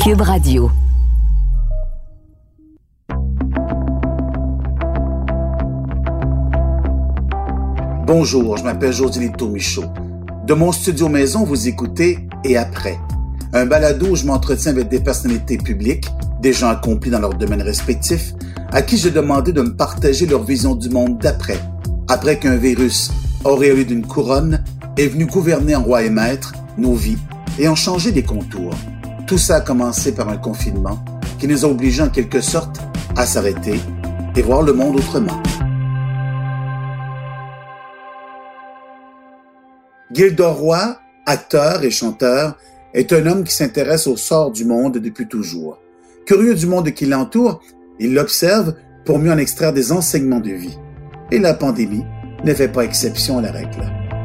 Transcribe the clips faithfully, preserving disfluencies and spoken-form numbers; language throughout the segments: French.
Cube Radio. Bonjour, je m'appelle José-Lito Michaud. De mon studio maison, vous écoutez « Et après », un balado où je m'entretiens avec des personnalités publiques, des gens accomplis dans leurs domaines respectifs, à qui j'ai demandé de me partager leur vision du monde d'après, après qu'un virus, auréolé d'une couronne, est venu gouverner en roi et maître nos vies et en changer des contours. Tout ça a commencé par un confinement qui nous a obligés en quelque sorte à s'arrêter et voir le monde autrement. Gildor Roy, acteur et chanteur, est un homme qui s'intéresse au sort du monde depuis toujours. Curieux du monde qui l'entoure, il l'observe pour mieux en extraire des enseignements de vie. Et la pandémie ne fait pas exception à la règle.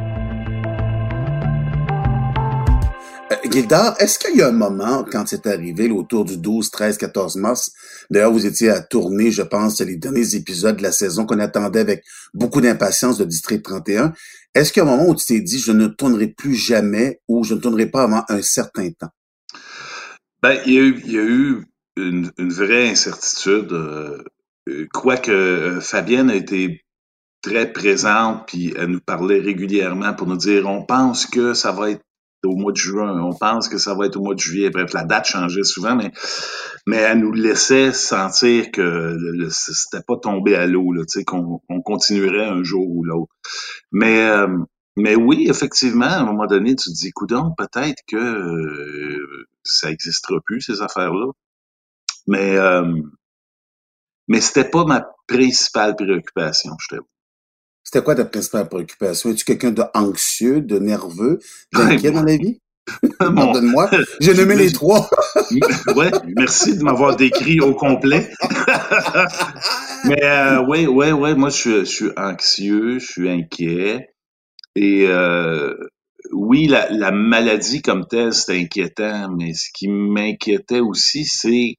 Euh, Gildor, est-ce qu'il y a un moment, quand c'est arrivé, autour du douze, treize, quatorze mars, d'ailleurs vous étiez à tourner, je pense, les derniers épisodes de la saison qu'on attendait avec beaucoup d'impatience de District trente et un, est-ce qu'il y a un moment où tu t'es dit « je ne tournerai plus jamais » ou « je ne tournerai pas avant un certain temps » ? Ben, il y a eu, il y a eu une, une vraie incertitude. Euh, quoique euh, Fabienne a été très présente, puis elle nous parlait régulièrement pour nous dire « on pense que ça va être au mois de juin, on pense que ça va être au mois de juillet ». Bref, la date changeait souvent, mais mais elle nous laissait sentir que le, le, c'était pas tombé à l'eau, là, tu sais, qu'on, qu'on continuerait un jour ou l'autre. Mais euh, mais oui, effectivement, à un moment donné, tu te dis, coudonc, peut-être que euh, ça n'existera plus, ces affaires-là. Mais euh, mais c'était pas ma principale préoccupation, je t'avoue. C'était quoi ta principale préoccupation? Es-tu quelqu'un de anxieux, de nerveux, d'inquiet dans la vie? Pardonne-moi, j'ai nommé les trois. Ouais, merci de m'avoir décrit au complet. Mais euh, ouais, ouais, ouais, moi je suis, je suis anxieux, je suis inquiet. Et euh, oui, la, la maladie comme telle, c'est inquiétant, mais ce qui m'inquiétait aussi, c'est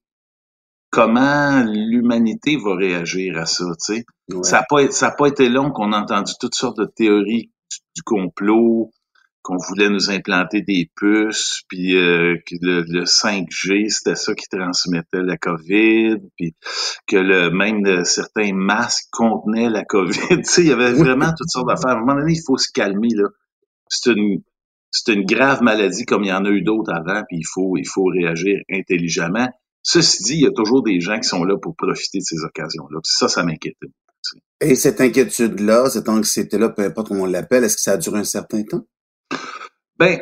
comment l'humanité va réagir à ça, tu sais. Ouais. Ça n'a pas, ça a pas été long qu'on a entendu toutes sortes de théories du, du complot, qu'on voulait nous implanter des puces, puis euh, que le, le cinq G, c'était ça qui transmettait la COVID, puis que le même de, certains masques contenaient la COVID. Tu sais, il y avait vraiment toutes sortes d'affaires. À un moment donné, il faut se calmer, là. C'est une, c'est une grave maladie comme il y en a eu d'autres avant, puis il faut, il faut réagir intelligemment. Ceci dit, il y a toujours des gens qui sont là pour profiter de ces occasions-là. Puis ça, ça m'inquiétait. Et cette inquiétude-là, cette anxiété-là, peu importe comment on l'appelle, est-ce que ça a duré un certain temps? Ben,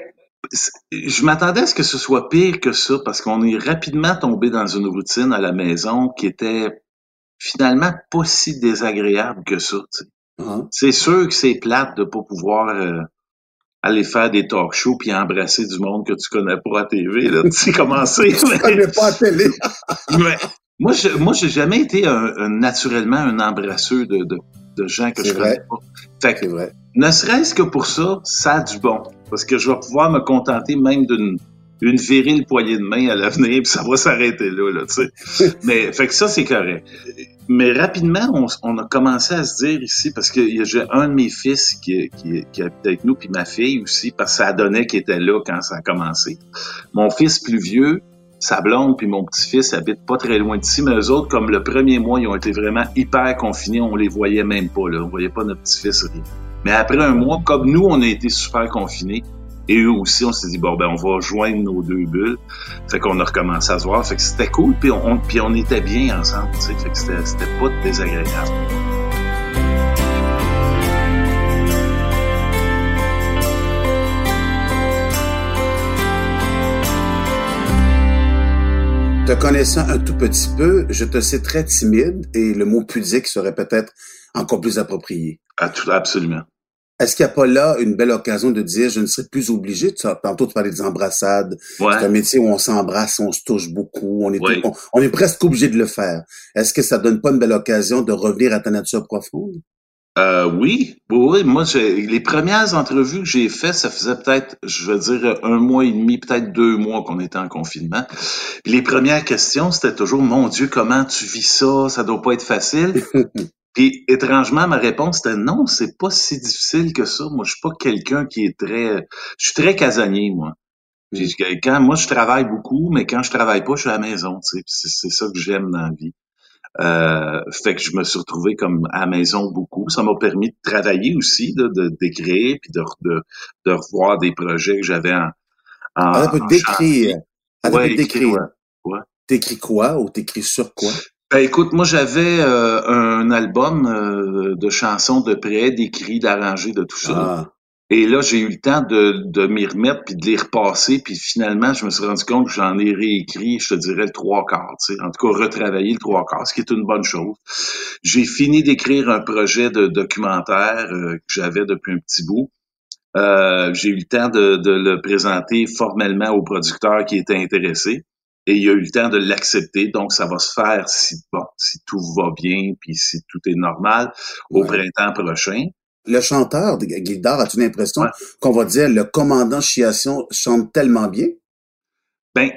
je m'attendais à ce que ce soit pire que ça, parce qu'on est rapidement tombé dans une routine à la maison qui était finalement pas si désagréable que ça. Tu sais. Uh-huh. C'est sûr que c'est plate de pas pouvoir euh, aller faire des talk shows puis embrasser du monde que tu connais pas à T V. Là, tu sais comment c'est. Tu mais... connais pas à télé. Mais, moi, je, moi, j'ai jamais été un, un, naturellement un embrasseur de, de, de gens que c'est je vrai. connais pas. Fait que, c'est vrai. Ne serait-ce que pour ça, ça a du bon. Parce que je vais pouvoir me contenter même d'une une virile poignée de main à l'avenir, puis ça va s'arrêter là, là, tu sais. Mais, fait que ça, c'est correct. Mais rapidement, on, on a commencé à se dire ici, parce que j'ai un de mes fils qui, qui, qui habite avec nous, puis ma fille aussi, parce que ça donnait qu'il était là quand ça a commencé. Mon fils plus vieux, sa blonde puis mon petit-fils habitent pas très loin d'ici, mais eux autres, comme le premier mois, ils ont été vraiment hyper confinés, on les voyait même pas, là. On voyait pas notre petit-fils rien. Mais après un mois, comme nous, on a été super confinés, et eux aussi, on s'est dit, bon, ben, on va joindre nos deux bulles. Fait qu'on a recommencé à se voir. Fait que c'était cool, puis on, puis on était bien ensemble, tu sais. Fait que c'était, c'était pas désagréable. Te connaissant un tout petit peu, je te sais très timide et le mot pudique serait peut-être encore plus approprié. Absolument. Est-ce qu'il n'y a pas là une belle occasion de dire je ne serai plus obligé? Tu, tantôt, tu parlais des embrassades. Ouais. C'est un métier où on s'embrasse, on se touche beaucoup, on est, oui. on, on est presque obligé de le faire. Est-ce que ça donne pas une belle occasion de revenir à ta nature profonde? Euh, oui, oui, moi, j'ai, les premières entrevues que j'ai faites, ça faisait peut-être, je veux dire, un mois et demi, peut-être deux mois qu'on était en confinement. Puis les premières questions, c'était toujours, mon Dieu, comment tu vis ça? Ça doit pas être facile. Puis, étrangement, ma réponse était non, c'est pas si difficile que ça. Moi, je suis pas quelqu'un qui est très... Je suis très casanier, moi. Puis quand moi je travaille beaucoup, mais quand je travaille pas, je suis à la maison, tu sais. C'est, c'est ça que j'aime dans la vie. Euh, fait que je me suis retrouvé comme à la maison beaucoup. Ça m'a permis de travailler aussi, de, de d'écrire, puis de, de, de revoir des projets que j'avais en, en, Alors, on peut en décrire. chantier. Alors, on Ouais, peut écrire, décrire. ouais. ouais. T'écris quoi ou t'écris sur quoi? Ben écoute, moi j'avais euh, un album euh, de chansons de près, d'écrits, d'arrangés, de tout ça. Ah, Et là, j'ai eu le temps de, de m'y remettre puis de les repasser. Puis finalement, je me suis rendu compte que j'en ai réécrit, je te dirais, le trois quarts. Tu sais. En tout cas, retravaillé le trois quarts, ce qui est une bonne chose. J'ai fini d'écrire un projet de documentaire euh, que j'avais depuis un petit bout. Euh, j'ai eu le temps de, de le présenter formellement au producteur qui était intéressé. Et il a eu le temps de l'accepter. Donc, ça va se faire si, bon, si tout va bien puis si tout est normal au ouais. printemps prochain. Le chanteur de Gildor, as-tu l'impression Ouais. qu'on va dire le commandant Chiasson chante tellement bien? Ben,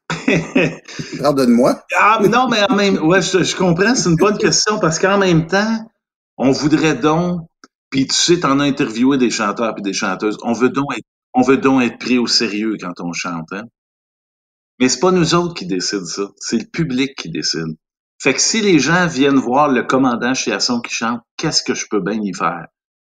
Pardonne-moi. ah, non, mais en même, ouais, je, je comprends, c'est une bonne question parce qu'en même temps, on voudrait donc, puis tu sais, t'en as interviewé des chanteurs puis des chanteuses, on veut donc être, on veut donc être pris au sérieux quand on chante, hein. Mais c'est pas nous autres qui décident ça, c'est le public qui décide. Fait que si les gens viennent voir le commandant Chiasson qui chante, qu'est-ce que je peux bien y faire?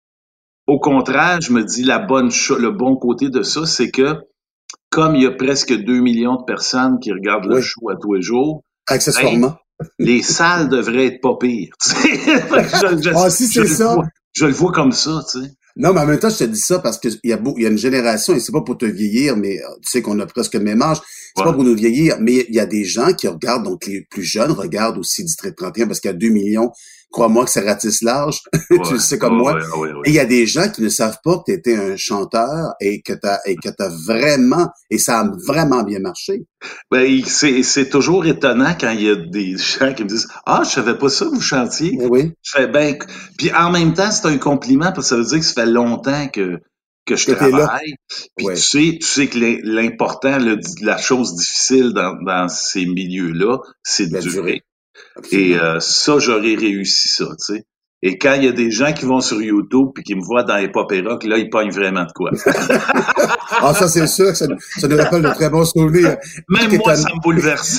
Au contraire, je me dis la bonne cho- le bon côté de ça, c'est que comme il y a presque deux millions de personnes qui regardent le Oui, show à tous les jours, ben, accessoirement. les salles devraient être pas pires. Tu sais. je, je, Ah, si je c'est le ça. vois, je le vois comme ça, tu sais. Non, mais en même temps, je te dis ça parce qu'il y a beau, il y a une génération, et c'est pas pour te vieillir, mais euh, tu sais qu'on a presque le même âge. C'est Ouais. pas pour nous vieillir, mais il y a des gens qui regardent, donc les plus jeunes regardent aussi District trente et un parce qu'il y a deux millions. Crois-moi que ça ratisse large. Ouais, Tu le sais comme ouais, moi. ouais, ouais, ouais. Et il y a des gens qui ne savent pas que tu étais un chanteur et que t'as, et que t'as vraiment, et ça a vraiment bien marché. Ben, c'est, c'est toujours étonnant quand il y a des gens qui me disent « Ah, je savais pas ça, vous chantiez. Eh » oui, Je fais « Ben, puis en même temps, c'est un compliment parce que ça veut dire que ça fait longtemps que que je que t'es là. travaille. Puis Ouais. tu sais, tu sais que l'im- l'important, le- la chose difficile dans, dans ces milieux-là, c'est de La durer. durée. Et Absolument. euh, ça, j'aurais réussi ça, tu sais. Et quand il y a des gens qui vont sur YouTube puis qui me voient dans les pop et rock, là, ils pognent vraiment de quoi. Ah, ça, c'est sûr que ça, ça nous rappelle de très bons souvenirs. Même T'es moi, un- ça me bouleverse.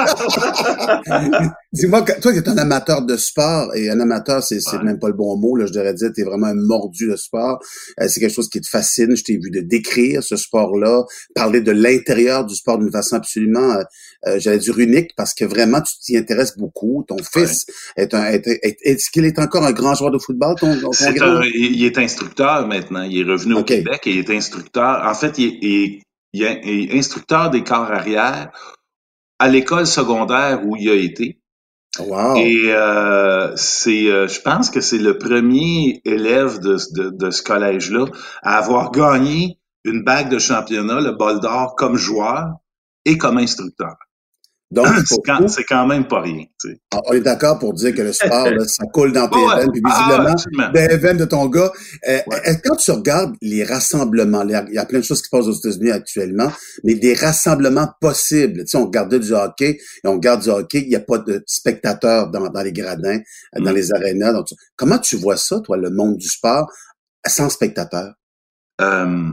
Dis-moi, que- toi qui es un amateur de sport, et un amateur, c'est, c'est Ouais. même pas le bon mot, là, je devrais dire, t'es vraiment un mordu de sport. Euh, c'est quelque chose qui te fascine. Je t'ai vu de décrire ce sport-là, parler de l'intérieur du sport d'une façon absolument, euh, euh, j'allais dire unique, parce que vraiment, tu t'y intéresses beaucoup. Ton fils est un, est, est- est-ce qu'il est encore un grand joueur de football, ton, ton C'est gros? un, il est instructeur maintenant. Il est revenu au OK. Québec et il est instructeur. En fait, il est, il est- il est- il est instructeur des corps arrière à l'école secondaire où il a été. Wow. Et euh, c'est, euh, je pense que c'est le premier élève de, de, de ce collège-là à avoir gagné une bague de championnat, le bol d'or, comme joueur et comme instructeur. Donc, C'est pour quand, vous, c'est quand même pas rien, tu sais. on est d'accord pour dire que le sport, là, ça coule dans tes Ouais, ouais. veines, puis Ah, visiblement, absolument. dans les veines de ton gars. Euh, Ouais. est-ce que quand tu regardes les rassemblements, les- il y a plein de choses qui se passent aux États-Unis actuellement, mais des rassemblements possibles. Tu sais, on regardait du hockey, et on regarde du hockey, il n'y a pas de spectateurs dans, dans les gradins, euh, dans Mm. les arénas. Donc, tu- comment tu vois ça, toi, le monde du sport, sans spectateurs? Euh,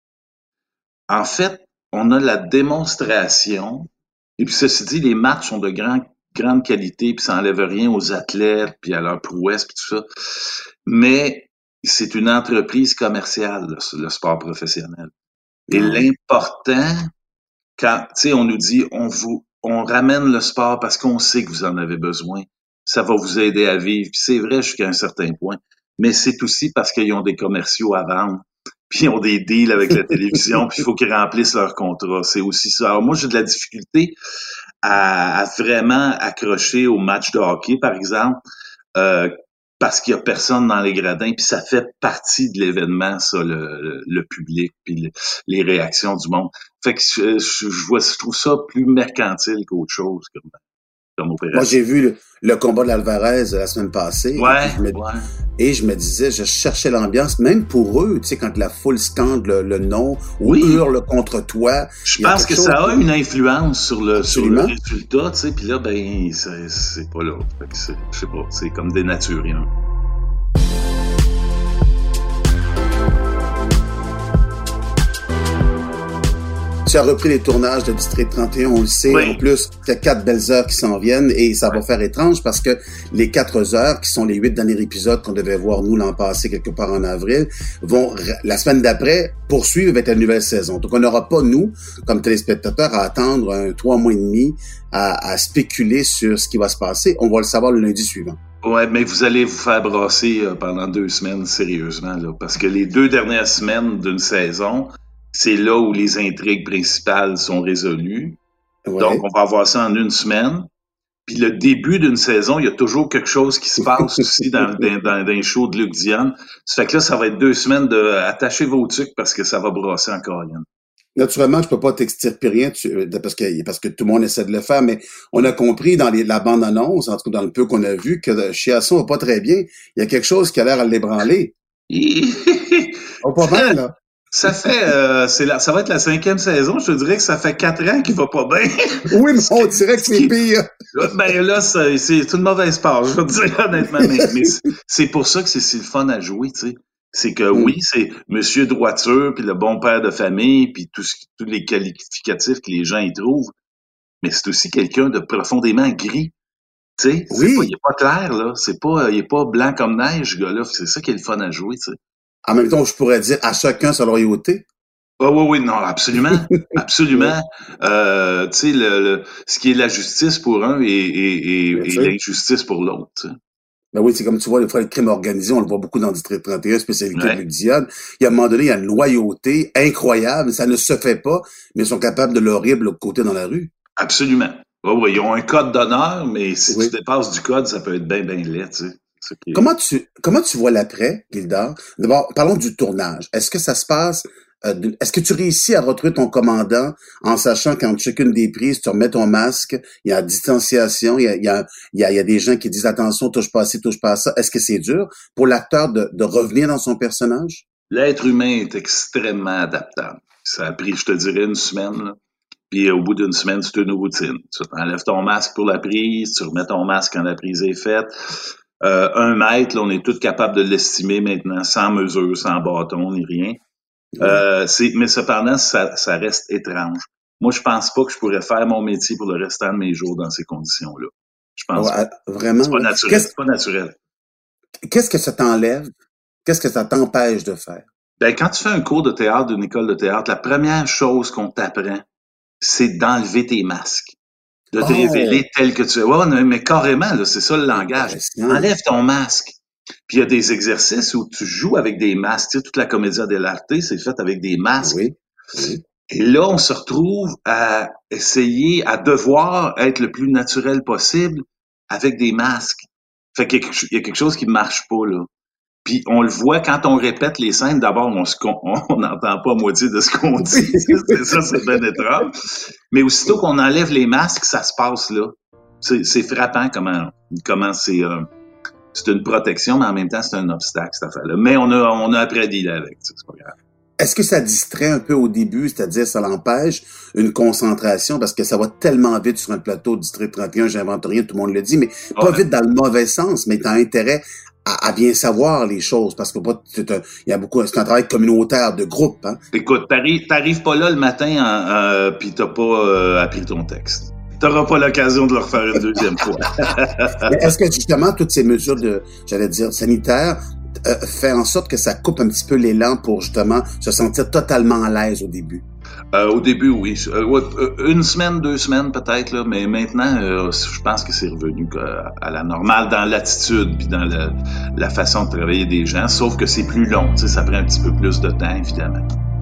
en fait, on a la démonstration. Et puis, ceci dit, les matchs sont de grand, grande qualité, puis ça enlève rien aux athlètes, puis à leur prouesse, puis tout ça. Mais c'est une entreprise commerciale, le, le sport professionnel. Et Ah oui. l'important, quand, tu sais, on nous dit, on vous, on ramène le sport parce qu'on sait que vous en avez besoin. Ça va vous aider à vivre. Puis c'est vrai jusqu'à un certain point. Mais c'est aussi parce qu'ils ont des commerciaux à vendre. Puis ils ont des deals avec la télévision, puis il faut qu'ils remplissent leur contrat. C'est aussi ça. Alors moi, j'ai de la difficulté à, à vraiment accrocher au match de hockey, par exemple, euh, parce qu'il y a personne dans les gradins, puis ça fait partie de l'événement, ça, le, le, le public, puis le, les réactions du monde. Fait que je, je, je vois, je trouve ça plus mercantile qu'autre chose comme, comme opération. Moi, j'ai vu le, le combat de l'Alvarez la semaine passée. Ouais, et je me, ouais. Et je me disais, je cherchais l'ambiance, même pour eux, tu sais, quand la foule scande le, le nom ou Oui. hurle contre toi. Je pense que ça a qui... une influence sur le, sur le Absolument. résultat, tu sais, puis là, ben, c'est, c'est pas là. Fait que c'est, je sais pas, c'est comme dénaturé, hein. Tu as repris les tournages de District trente et un, on le sait. Oui. En plus, il y a quatre belles heures qui s'en viennent et ça va faire étrange parce que les quatre heures, qui sont les huit derniers épisodes qu'on devait voir, nous, l'an passé, quelque part en avril, vont, la semaine d'après, poursuivre avec la nouvelle saison. Donc, on n'aura pas, nous, comme téléspectateurs, à attendre un trois mois et demi à, à spéculer sur ce qui va se passer. On va le savoir le lundi suivant. Ouais, mais vous allez vous faire brasser euh, pendant deux semaines, sérieusement, là, parce que les deux dernières semaines d'une saison, c'est là où les intrigues principales sont résolues. Ouais. Donc, on va avoir ça en une semaine. Puis le début d'une saison, il y a toujours quelque chose qui se passe aussi dans, dans, dans, dans les shows de Luc Dion. Ça fait que là, ça va être deux semaines de attacher vos trucs parce que ça va brasser encore rien. Naturellement, je peux pas t'extirper rien tu, parce que parce que tout le monde essaie de le faire, mais on a compris dans les, la bande-annonce, en tout cas dans le peu qu'on a vu, que Chiasson va pas très bien. Il y a quelque chose qui a l'air à l'ébranler. Oh, pas mal, là. Ça fait, euh, c'est la, ça va être la cinquième saison. Je te dirais que ça fait quatre ans qu'il va pas bien. Oui, mais on dirait que c'est pire. Ben là, c'est, c'est une mauvaise part, je veux te dire honnêtement. Mais, mais c'est pour ça que c'est si le fun à jouer, tu sais. C'est que mm. oui, c'est Monsieur Droiture, puis le bon père de famille, puis tout ce, tous les qualificatifs que les gens y trouvent. Mais c'est aussi quelqu'un de profondément gris. Tu sais, oui. C'est pas, il est pas clair, là. C'est pas, il est pas blanc comme neige, ce gars-là. C'est ça qui est le fun à jouer, tu sais. En même temps, je pourrais dire à chacun sa loyauté. Ah oui, oui, non, absolument, absolument. Euh, tu sais, le, le, ce qui est la justice pour un et, et, et, et l'injustice pour l'autre. Tu sais. Ben oui, c'est comme tu vois, des fois, le crime organisé, on le voit beaucoup dans District trente et un, spécialité ouais. de Luc Dion. Il y a un moment donné, il y a une loyauté incroyable, ça ne se fait pas, mais ils sont capables de l'horrible côté dans la rue. Absolument. Oui, oui, ils ont un code d'honneur, mais si oui. tu dépasses du code, ça peut être bien, bien laid, tu sais. Comment tu comment tu vois l'après, Gildor? D'abord, parlons du tournage. Est-ce que ça se passe euh, de, est-ce que tu réussis à retrouver ton commandant en sachant qu'entre chacune des prises, tu remets ton masque, il y a distanciation, il y a il y a il y a, il y a des gens qui disent attention, touche pas à ci, touche pas à ça. Est-ce que c'est dur pour l'acteur de, de revenir dans son personnage? L'être humain est extrêmement adaptable. Ça a pris, je te dirais, une semaine, là. Puis au bout d'une semaine, c'est une routine. Tu enlèves ton masque pour la prise, tu remets ton masque quand la prise est faite. Euh, un mètre, là, on est tous capables de l'estimer maintenant, sans mesure, sans bâton, ni rien. Mmh. Euh, c'est, mais cependant, ça, ça reste étrange. Moi, je pense pas que je pourrais faire mon métier pour le restant de mes jours dans ces conditions-là. Je pense ouais, pas. Vraiment? C'est pas naturel. Qu'est-ce, c'est pas naturel. Qu'est-ce que ça t'enlève? Qu'est-ce que ça t'empêche de faire? Ben, quand tu fais un cours de théâtre d'une école de théâtre, la première chose qu'on t'apprend, c'est d'enlever tes masques. De te oh. révéler tel que tu es. Ouais, mais carrément, là, c'est ça le langage. Enlève ton masque. Puis il y a des exercices où tu joues avec des masques. Tu sais, toute la commedia dell'arte, c'est fait avec des masques. Oui. Oui. Et là, on se retrouve à essayer, à devoir être le plus naturel possible avec des masques. Fait qu'il y a quelque chose qui marche pas, là. Puis on le voit quand on répète les scènes, d'abord on se on n'entend pas moitié de ce qu'on dit. C'est ça, c'est bien étrange. Mais aussitôt qu'on enlève les masques, ça se passe là. C'est, c'est frappant comment comment c'est euh, c'est une protection, mais en même temps c'est un obstacle cette affaire-là. Mais on a on a appris à dealer avec, c'est pas grave. Est-ce que ça distrait un peu au début, c'est-à-dire ça l'empêche une concentration parce que ça va tellement vite sur un plateau de District trente et un, j'invente rien, tout le monde le dit, mais pas ouais. vite dans le mauvais sens, mais t'as intérêt À, à bien savoir les choses, parce que c'est un, il y a beaucoup, c'est un travail communautaire, de groupe, hein. Écoute, t'arrives, t'arrives pas là le matin, euh, puis t'as pas euh, appris ton texte. T'auras pas l'occasion de le refaire une deuxième fois. Mais est-ce que justement toutes ces mesures de, j'allais dire, sanitaires, euh, fait en sorte que ça coupe un petit peu l'élan pour justement se sentir totalement à l'aise au début? Euh, au début, oui. Euh, une semaine, deux semaines peut-être, là, mais maintenant, euh, je pense que c'est revenu à la normale dans l'attitude puis dans le, la façon de travailler des gens, sauf que c'est plus long, tu sais, ça prend un petit peu plus de temps, évidemment.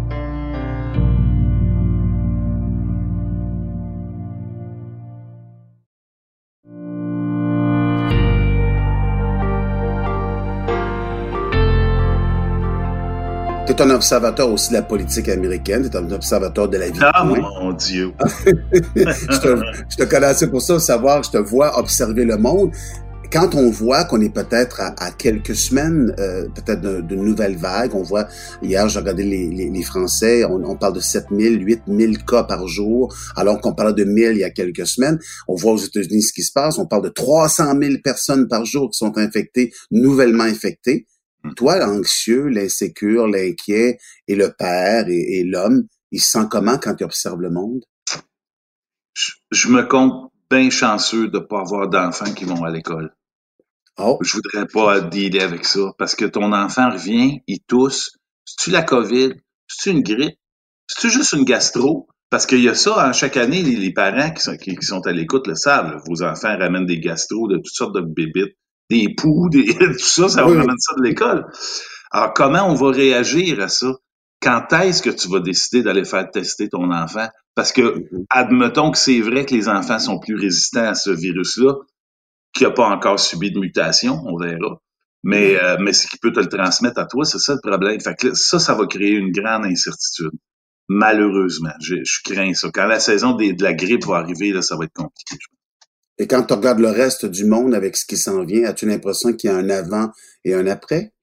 Tu es un observateur aussi de la politique américaine, tu es un observateur de la vie. Ah, mon Dieu! je, te, je te connais assez pour ça, savoir, je te vois observer le monde. Quand on voit qu'on est peut-être à, à quelques semaines, euh, peut-être d'une nouvelle vague, on voit, hier, j'ai regardé les, les, les Français, on, on parle de sept mille, huit mille cas par jour, alors qu'on parlait de mille il y a quelques semaines. On voit aux États-Unis ce qui se passe, on parle de trois cent mille personnes par jour qui sont infectées, nouvellement infectées. Toi, l'anxieux, l'insécure, l'inquiet et le père et, et l'homme, il se sent comment quand il observe le monde? Je, je me compte bien chanceux de pas avoir d'enfants qui vont à l'école. Oh, Je voudrais pas dealer avec ça parce que ton enfant revient, il tousse. C'est-tu la COVID? C'est-tu une grippe? C'est-tu juste une gastro? Parce qu'il y a ça, hein, chaque année, les, les parents qui sont, qui, qui sont à l'écoute le savent. Là. Vos enfants ramènent des gastros de toutes sortes de bébites, des poux, des, tout ça, ça oui, vous oui. ramène ça de l'école. Alors, comment on va réagir à ça? Quand est-ce que tu vas décider d'aller faire tester ton enfant? Parce que, Mhm. admettons que c'est vrai que les enfants sont plus résistants à ce virus-là, qui n'a pas encore subi de mutation, on verra. Mais, Ouais. euh, mais c'est qui peut te le transmettre à toi, c'est ça le problème. Fait que là, ça, ça va créer une grande incertitude. Malheureusement, je, je crains ça. Quand la saison des, de la grippe va arriver, là, ça va être compliqué. Et quand tu regardes le reste du monde avec ce qui s'en vient, as-tu l'impression qu'il y a un avant et un après?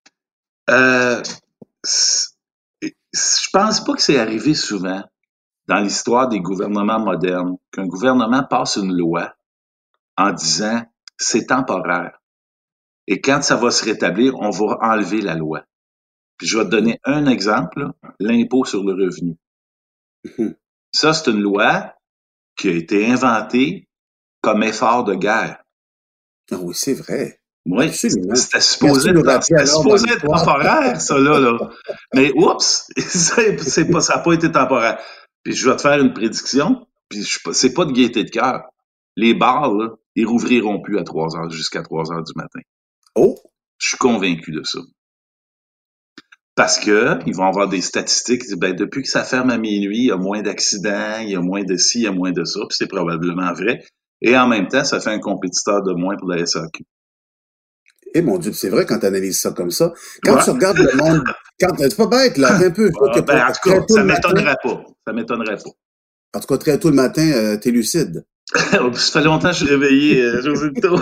Euh, c'est- je pense pas que c'est arrivé souvent dans l'histoire des gouvernements modernes qu'un gouvernement passe une loi en disant c'est temporaire. Et quand ça va se rétablir, on va enlever la loi. Puis je vais te donner un exemple, là, l'impôt sur le revenu. Mhm. Ça, c'est une loi qui a été inventée comme effort de guerre. Ah oui, c'est vrai. Oui, Absolument. c'était Merci supposé de nous être, rappeler c'était alors dans supposé être l'histoire. temporaire, ça, là, là. Mais oups, c'est c'est pas, ça n'a pas été temporaire. Puis je vais te faire une prédiction, puis je, c'est pas de gaieté de cœur. Les bars, là, ils rouvriront plus à trois heures, jusqu'à trois heures du matin. Oh, Je suis convaincu de ça. Parce que ils vont avoir des statistiques, ben, depuis que ça ferme à minuit, il y a moins d'accidents, il y a moins de ci, il y a moins de ça, puis c'est probablement vrai. Et en même temps, ça fait un compétiteur de moins pour la S A Q. eh mon Dieu, c'est vrai quand tu analyses ça comme ça. Quand Ouais. tu regardes le monde, quand c'est pas bête, là, un peu, je vois Ah, que ben, pour en tout très cas, tôt ça le matin, m'étonnerait pas. Ça m'étonnerait pas. en tout cas, très tôt le matin, euh, t'es lucide. Ça fait longtemps que je suis réveillé, euh, José Lito.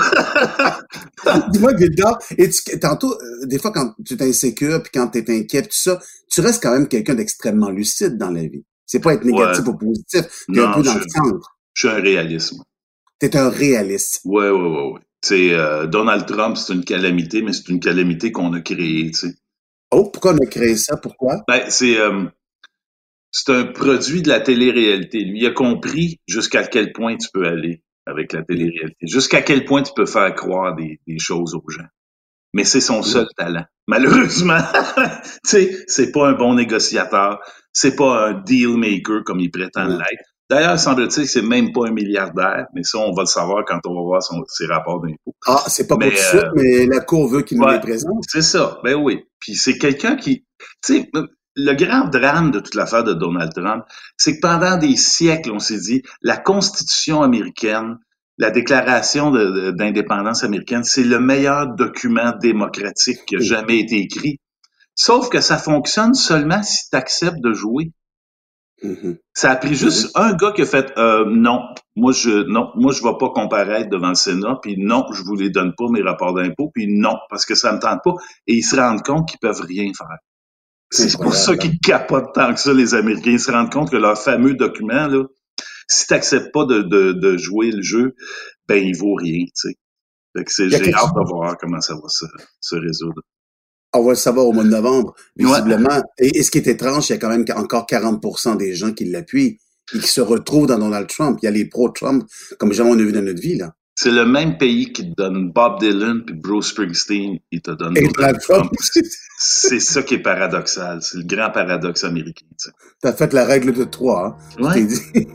Dis-moi, Gilda, et tu, tantôt, euh, des fois, quand tu es insécure, puis quand tu es inquiet, puis tout ça, tu restes quand même quelqu'un d'extrêmement lucide dans la vie. C'est pas être Ouais. négatif ou positif, t'es un Non, peu dans je, le centre. je suis un réalisme. T'es un réaliste. Ouais, ouais, ouais, ouais. Tu sais, euh, Donald Trump, c'est une calamité, mais c'est une calamité qu'on a créée, tu sais. Oh, pourquoi on a créé ça? Pourquoi? Ben, c'est, euh, c'est un produit de la télé-réalité. Lui, il a compris jusqu'à quel point tu peux aller avec la Mm. télé-réalité. Jusqu'à quel point tu peux faire croire des, des choses aux gens. Mais c'est son seul talent. Malheureusement, tu sais, c'est pas un bon négociateur, c'est pas un deal maker comme il prétend Non. l'être. D'ailleurs, semble-t-il que c'est même pas un milliardaire, mais ça, on va le savoir quand on va voir son, ses rapports d'impôts. Ah, c'est pas pour tout Mais de suite, euh, mais la Cour veut qu'il nous ouais, les présente. c'est ça. Ben oui. Puis c'est quelqu'un qui, tu sais, le grand drame de toute l'affaire de Donald Trump, c'est que pendant des siècles, on s'est dit, la Constitution américaine, la Déclaration de- de- d'indépendance américaine, c'est le meilleur document démocratique qui a Mm. jamais été écrit. Sauf que ça fonctionne seulement si tu acceptes de jouer. Mhm. Ça a pris Ben oui. juste un gars qui a fait euh, non, moi je non, moi je vais pas comparaître devant le Sénat, puis non, je vous les donne pas mes rapports d'impôts, puis non, parce que ça me tente pas. Et ils se rendent compte qu'ils peuvent rien faire. C'est C'est pour ça incroyable. Hein? qu'ils capotent tant que ça, les Américains. Ils se rendent compte que leur fameux document, là, si t'acceptes pas de, de, de jouer le jeu, ben il vaut rien, tu sais. Fait que c'est, Il y a j'ai quelque hâte chose, de voir comment ça va se, se résoudre. on va le savoir au mois de novembre, Ouais. visiblement. Et, et ce qui est étrange, il y a quand même encore quarante pour cent des gens qui l'appuient et qui se retrouvent dans Donald Trump. Il y a les pro-Trump, comme jamais on a vu dans notre vie, là. C'est le même pays qui te donne Bob Dylan puis Bruce Springsteen, il te donne Et Donald Donald Trump Trump, aussi. C'est ça qui est paradoxal. C'est le grand paradoxe américain, tu sais. t'as fait la règle de trois, hein. Tu Ouais. t'es dit.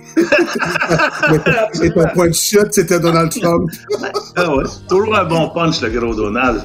Et ton point de chute, c'était Donald Trump. Ah ouais. Toujours un bon punch, le gros Donald.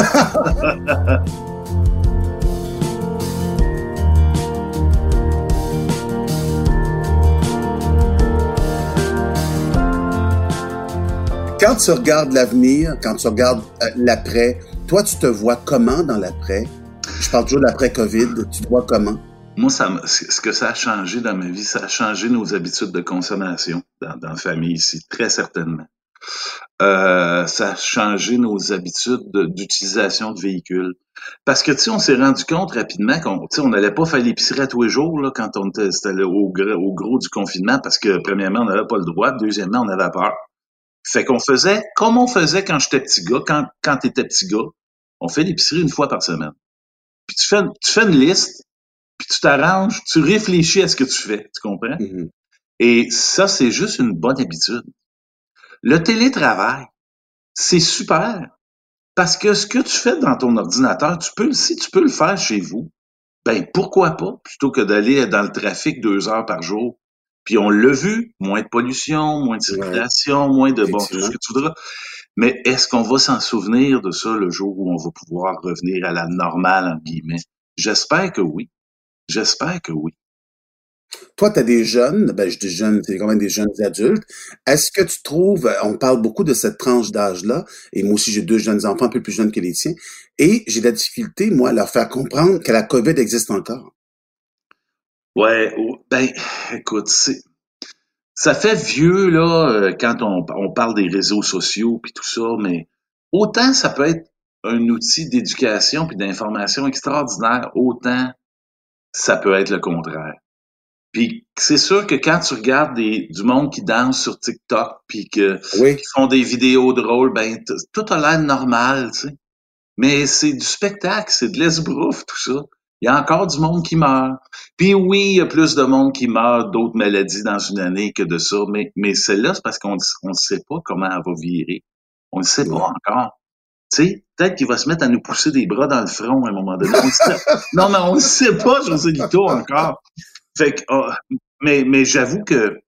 Quand tu regardes l'avenir, quand tu regardes euh, l'après, toi, tu te vois comment dans l'après? Je parle toujours de l'après-COVID. Tu te vois comment? Moi, ça, me- ce que ça a changé dans ma vie, ça a changé nos habitudes de consommation dans, dans la famille ici, très certainement. Euh, ça a changé nos habitudes de- d'utilisation de véhicules. Parce que, tu sais, on s'est rendu compte rapidement qu'on, tu sais, on n'allait pas faire l'épicerie à tous les jours, là, quand on était, c'était le- au, gros- au gros du confinement, parce que, premièrement, on n'avait pas le droit, deuxièmement, on avait peur. Fait qu'on faisait comme on faisait quand j'étais petit gars, quand, quand t'étais petit gars, on fait l'épicerie une fois par semaine. Puis tu fais, tu fais une liste, puis tu t'arranges, tu réfléchis à ce que tu fais, tu comprends? Mm-hmm. Et ça, c'est juste une bonne habitude. Le télétravail, c'est super, parce que ce que tu fais dans ton ordinateur, tu peux, si tu peux le faire chez vous, ben pourquoi pas, plutôt que d'aller dans le trafic deux heures par jour. Puis on l'a vu, moins de pollution, moins de circulation, ouais, moins de bon, tout ce que tu voudras. Mais est-ce qu'on va s'en souvenir de ça le jour où on va pouvoir revenir à la normale, entre guillemets? J'espère que oui. J'espère que oui. Toi, tu as des jeunes, ben je dis jeunes, c'est quand même des jeunes adultes. Est-ce que tu trouves, on parle beaucoup de cette tranche d'âge-là, et moi aussi j'ai deux jeunes enfants un peu plus jeunes que les tiens, et j'ai de la difficulté, moi, à leur faire comprendre que la COVID existe encore. Ouais, ben, écoute, c'est, ça fait vieux, là, quand on, on parle des réseaux sociaux puis tout ça, mais autant ça peut être un outil d'éducation puis d'information extraordinaire, autant ça peut être le contraire. Puis c'est sûr que quand tu regardes des, du monde qui danse sur TikTok puis que oui. qui font des vidéos drôles, ben tout a l'air normal, tu sais. Mais c'est du spectacle, c'est de l'esbrouf, tout ça. Il y a encore du monde qui meurt. Puis oui, il y a plus de monde qui meurt d'autres maladies dans une année que de ça, mais, mais celle-là, c'est parce qu'on ne sait pas comment elle va virer. On ne sait pas ouais. encore. Tu sais, peut-être qu'il va se mettre à nous pousser des bras dans le front à un moment donné. On sait... non, mais on ne sait pas, José Lito, encore. Fait que, oh, mais, mais j'avoue que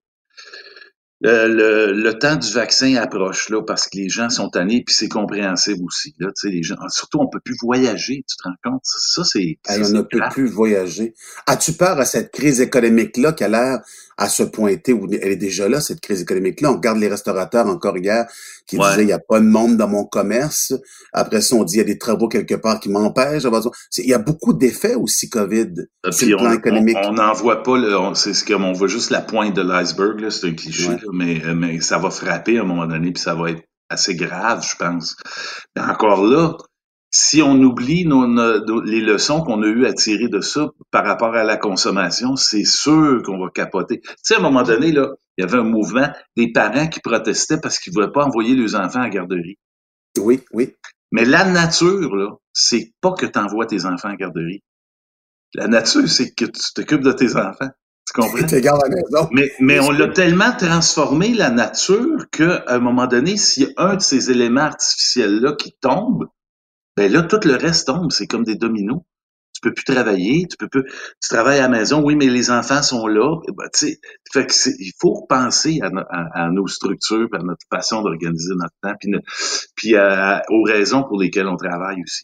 euh, le, le temps du vaccin approche là parce que les gens sont tannés puis c'est compréhensible aussi là. Tu sais, les gens, surtout on peut plus voyager, tu te rends compte? Ça, ça c'est. Ça, hey, on ne peut plus voyager. As-tu peur à cette crise économique là qui a l'air à se pointer ou elle est déjà là cette crise économique là? On regarde les restaurateurs encore hier qui ouais. disaient il y a pas de monde dans mon commerce. Après ça on dit il y a des travaux quelque part qui m'empêchent. Il y a beaucoup d'effets aussi COVID euh, sur le plan on, économique. On n'en voit pas le, on, c'est comme on voit juste la pointe de l'iceberg là, c'est un cliché. Ouais. Là, mais, mais ça va frapper à un moment donné, puis ça va être assez grave, je pense. Mais encore là, si on oublie nos, nos, les leçons qu'on a eues à tirer de ça par rapport à la consommation, c'est sûr qu'on va capoter. Tu sais, à un moment donné, là, il y avait un mouvement des parents qui protestaient parce qu'ils ne voulaient pas envoyer leurs enfants à la garderie. Oui, oui. Mais la nature, là, c'est pas que tu envoies tes enfants à la garderie. La nature, c'est que tu t'occupes de tes enfants. Tu comprends? T'es garde à la maison. Mais, mais on l'a tellement transformé, la nature, qu'à un moment donné, s'il y a un de ces éléments artificiels-là qui tombe, ben là, tout le reste tombe. C'est comme des dominos. Tu peux plus travailler, tu peux plus, tu travailles à la maison, oui, mais les enfants sont là. Ben, tu sais, fait que c'est, il faut repenser à, à, à nos structures, à notre façon d'organiser notre temps, puis, puis à, aux raisons pour lesquelles on travaille aussi.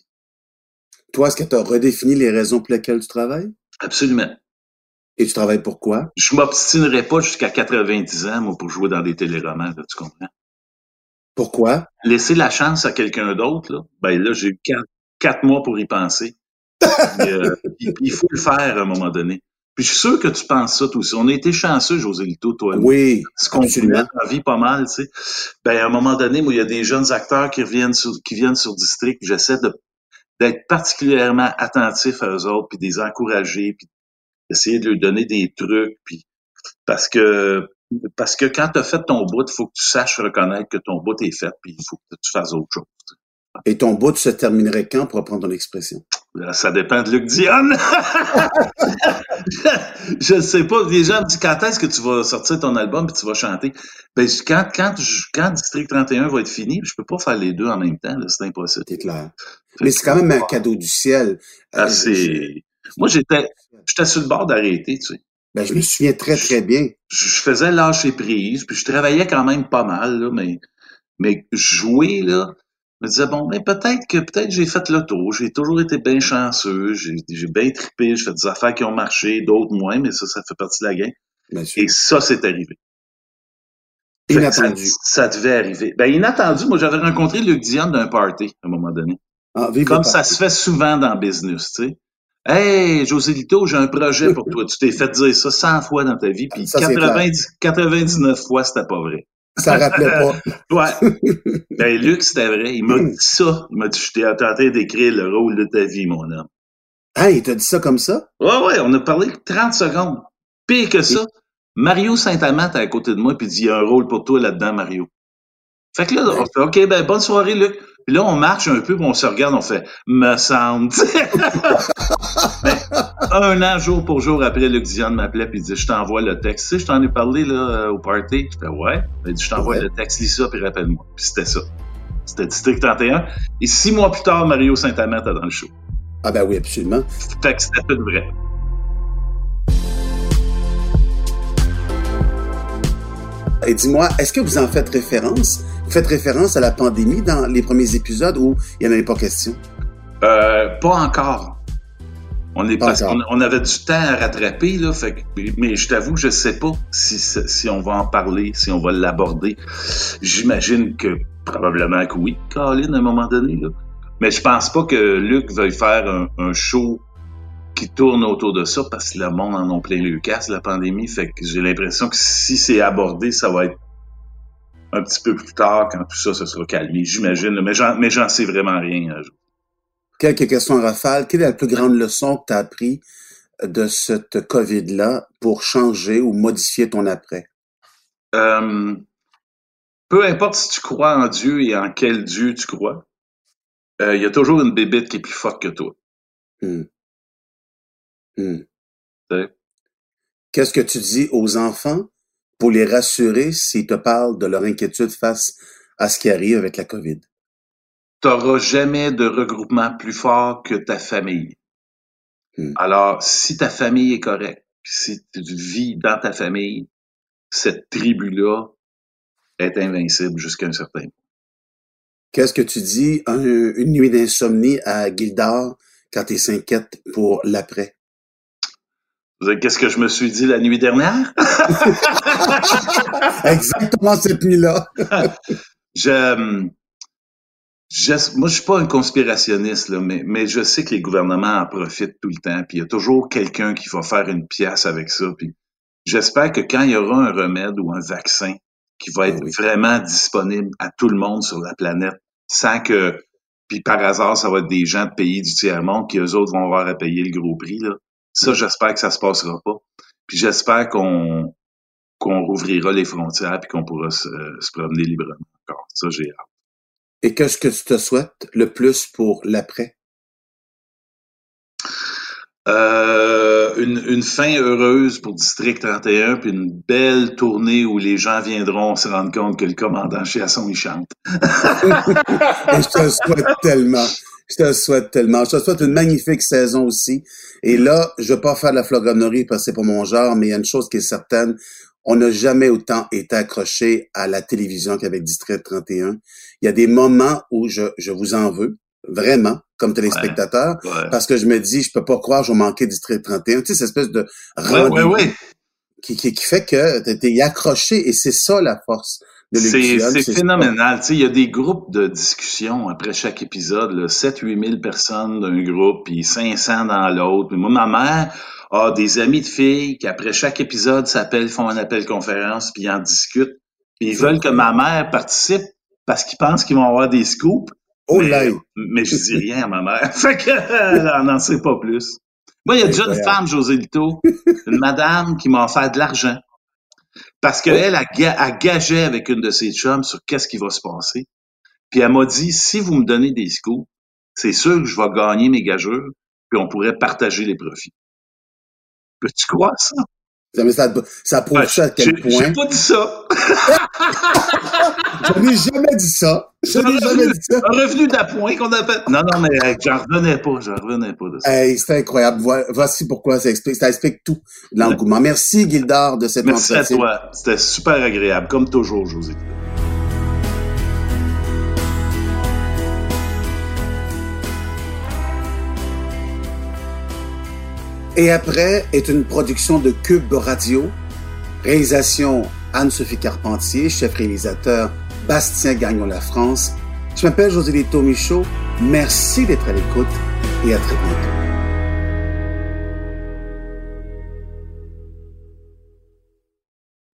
Toi, est-ce que tu as redéfini les raisons pour lesquelles tu travailles? Absolument. Et tu travailles pourquoi? Je m'obstinerai pas jusqu'à quatre-vingt-dix ans, moi, pour jouer dans des téléromans, là, tu comprends? Pourquoi? Laisser la chance à quelqu'un d'autre, là, ben là, j'ai eu quatre, quatre mois pour y penser. Puis, euh, puis, puis il faut le faire à un moment donné. Puis je suis sûr que tu penses ça toi aussi. On a été chanceux, José Lito, toi. Oui, ce qu'on fait dans la vie pas mal, tu sais. Ben à un moment donné, moi, il y a des jeunes acteurs qui reviennent sur, qui viennent sur District. J'essaie de d'être particulièrement attentif à eux autres, puis de les encourager, puis d'essayer de leur donner des trucs, puis parce que parce que quand tu as fait ton bout, il faut que tu saches reconnaître que ton bout est fait, puis il faut que tu fasses autre chose. Et ton bout se terminerait quand, pour reprendre ton expression? Ça dépend de Luc Dionne. Je ne sais pas. Les gens me disent quand est-ce que tu vas sortir ton album et tu vas chanter. Ben, quand, quand, quand District trente et un va être fini, je peux pas faire les deux en même temps. Là, c'est impossible. C'est clair. Fait Mais c'est quand même un cadeau du ciel. Ah, c'est... Je... Moi, j'étais, j'étais sur le bord d'arrêter, tu sais. Ben, je me souviens très, très bien. Je, je faisais lâcher prise, puis je travaillais quand même pas mal, là, mais, mais jouer, là, je me disais, bon, mais peut-être que peut-être j'ai fait le tour. J'ai toujours été bien chanceux. J'ai, j'ai bien trippé. J'ai fait des affaires qui ont marché, d'autres moins, mais ça, ça fait partie de la game. Et ça, c'est arrivé. Inattendu. Ça, ça devait arriver. Ben, inattendu, moi, j'avais rencontré Luc Dionne d'un party, à un moment donné. Ah, vive Comme ça se fait souvent dans le business, tu sais. Hey, José Lito, j'ai un projet pour toi. Tu t'es fait dire ça cent fois dans ta vie, puis ça, quatre-vingt-dix, quatre-vingt-dix-neuf fois, c'était pas vrai. Ça rappelait pas. Ouais. Ben, Luc, c'était vrai. Il m'a dit ça. Il m'a dit, je t'ai tenté d'écrire le rôle de ta vie, mon homme. Ah, il t'a dit ça comme ça? Ouais, ouais, on a parlé trente secondes. Pire que ça, Mario Saint-Amand est à côté de moi, puis il dit, il y a un rôle pour toi là-dedans, Mario. Fait que là, on fait, OK, ben, bonne soirée, Luc. Puis là, on marche un peu, puis on se regarde, on fait « me semble ». Mais un an, jour pour jour, après, Luc Dionne m'appelait puis il dit « je t'envoie le texte ». Tu sais, je t'en ai parlé là au party. Je fais « ouais ». Il dit « je t'envoie ouais. le texte, lis ça, puis rappelle-moi ». Puis c'était ça. C'était District trente et un. Et six mois plus tard, Mario Saint-Amand était dans le show. Ah ben oui, absolument. Fait que c'était tout vrai. Et dis-moi, est-ce que vous en faites référence? Vous faites référence à la pandémie dans les premiers épisodes ou il n'y en avait pas question? Euh, pas encore. On est parce qu'on on avait du temps à rattraper, là, fait que, mais je t'avoue, je sais pas si, si on va en parler, si on va l'aborder. J'imagine que probablement que oui, Colin, à un moment donné, là. Mais je pense pas que Luc veuille faire un, un show qui tourne autour de ça parce que le monde en a plein le casse, la pandémie. Fait que j'ai l'impression que si c'est abordé, ça va être un petit peu plus tard quand tout ça se sera calmé, j'imagine. Mais j'en, mais j'en sais vraiment rien. Quelques questions, Rafale. Quelle est la plus grande leçon que tu as appris de cette COVID-là pour changer ou modifier ton après? Euh, peu importe si tu crois en Dieu et en quel Dieu tu crois, il euh, y a toujours une bébite qui est plus forte que toi. Hmm. Hmm. Qu'est-ce que tu dis aux enfants pour les rassurer s'ils te parlent de leur inquiétude face à ce qui arrive avec la COVID? T'auras jamais de regroupement plus fort que ta famille. Hmm. Alors, si ta famille est correcte, si tu vis dans ta famille, cette tribu-là est invincible jusqu'à un certain point. Qu'est-ce que tu dis un, une nuit d'insomnie à Gildor quand tu s'inquiètes pour l'après? Qu'est-ce que je me suis dit la nuit dernière? Exactement cette nuit-là. je, je, moi, je suis pas un conspirationniste, là, mais, mais je sais que les gouvernements en profitent tout le temps, puis il y a toujours quelqu'un qui va faire une pièce avec ça, puis j'espère que quand il y aura un remède ou un vaccin qui va être ah oui. vraiment disponible à tout le monde sur la planète, sans que, puis par hasard, ça va être des gens de pays du tiers-monde qui, eux autres, vont avoir à payer le gros prix, là. Ça, j'espère que ça se passera pas. Puis j'espère qu'on qu'on rouvrira les frontières puis qu'on pourra se, se promener librement encore. Ça, j'ai hâte. Et qu'est-ce que tu te souhaites le plus pour l'après? Euh, une, une fin heureuse pour District trente et un puis une belle tournée où les gens viendront se rendre compte que le commandant Chiasson, il chante. Et je te le souhaite tellement. Je te le souhaite tellement. Je te souhaite une magnifique saison aussi. Et là, je veux pas faire de la flagornerie parce que c'est pas mon genre, mais il y a une chose qui est certaine. On n'a jamais autant été accroché à la télévision qu'avec District trente et un. Il y a des moments où je, je vous en veux, vraiment, comme téléspectateur, ouais, ouais. parce que je me dis, je peux pas croire que je vais manquer District trente et un. Tu sais, cette espèce de rendez-vous ouais, ouais, ouais. Qui, qui, qui fait que t'es accroché et c'est ça la force. C'est, c'est, c'est phénoménal. Tu sais, il y a des groupes de discussion après chaque épisode, sept à huit mille personnes d'un groupe, puis cinq cents dans l'autre. Puis moi, ma mère a des amis de filles qui, après chaque épisode, s'appellent, font un appel conférence, puis ils en discutent. Puis ils veulent que ma mère participe parce qu'ils pensent qu'ils vont avoir des scoops. Oh mais, là! Mais je dis rien à ma mère. Fait qu'elle n'en sait pas plus. Moi, il y a déjà une femme, José Lito, une madame qui m'a offert de l'argent. Parce qu'elle a, a gagé avec une de ses chums sur qu'est-ce qui va se passer. Puis elle m'a dit, si vous me donnez des scoops, c'est sûr que je vais gagner mes gageurs, puis on pourrait partager les profits. Peux-tu croire ça? Mais ça, ça prouve ouais, ça à quel j'ai, point. J'ai pas dit ça. Je n'ai jamais dit ça. Je n'ai jamais dit ça. Un revenu d'appoint qu'on appelle. Non, non, mais hey, j'en revenais pas. J'en revenais pas de ça. Hey, c'est incroyable. Voici pourquoi ça explique. Ça explique tout l'engouement. Merci, Gildor, de cette Merci entretien. Merci à toi. C'était super agréable, comme toujours, José. Et après est une production de Cube Radio. Réalisation Anne-Sophie Carpentier, chef réalisateur Bastien Gagnon La France. Je m'appelle José Lito Michaud. Merci d'être à l'écoute et à très bientôt.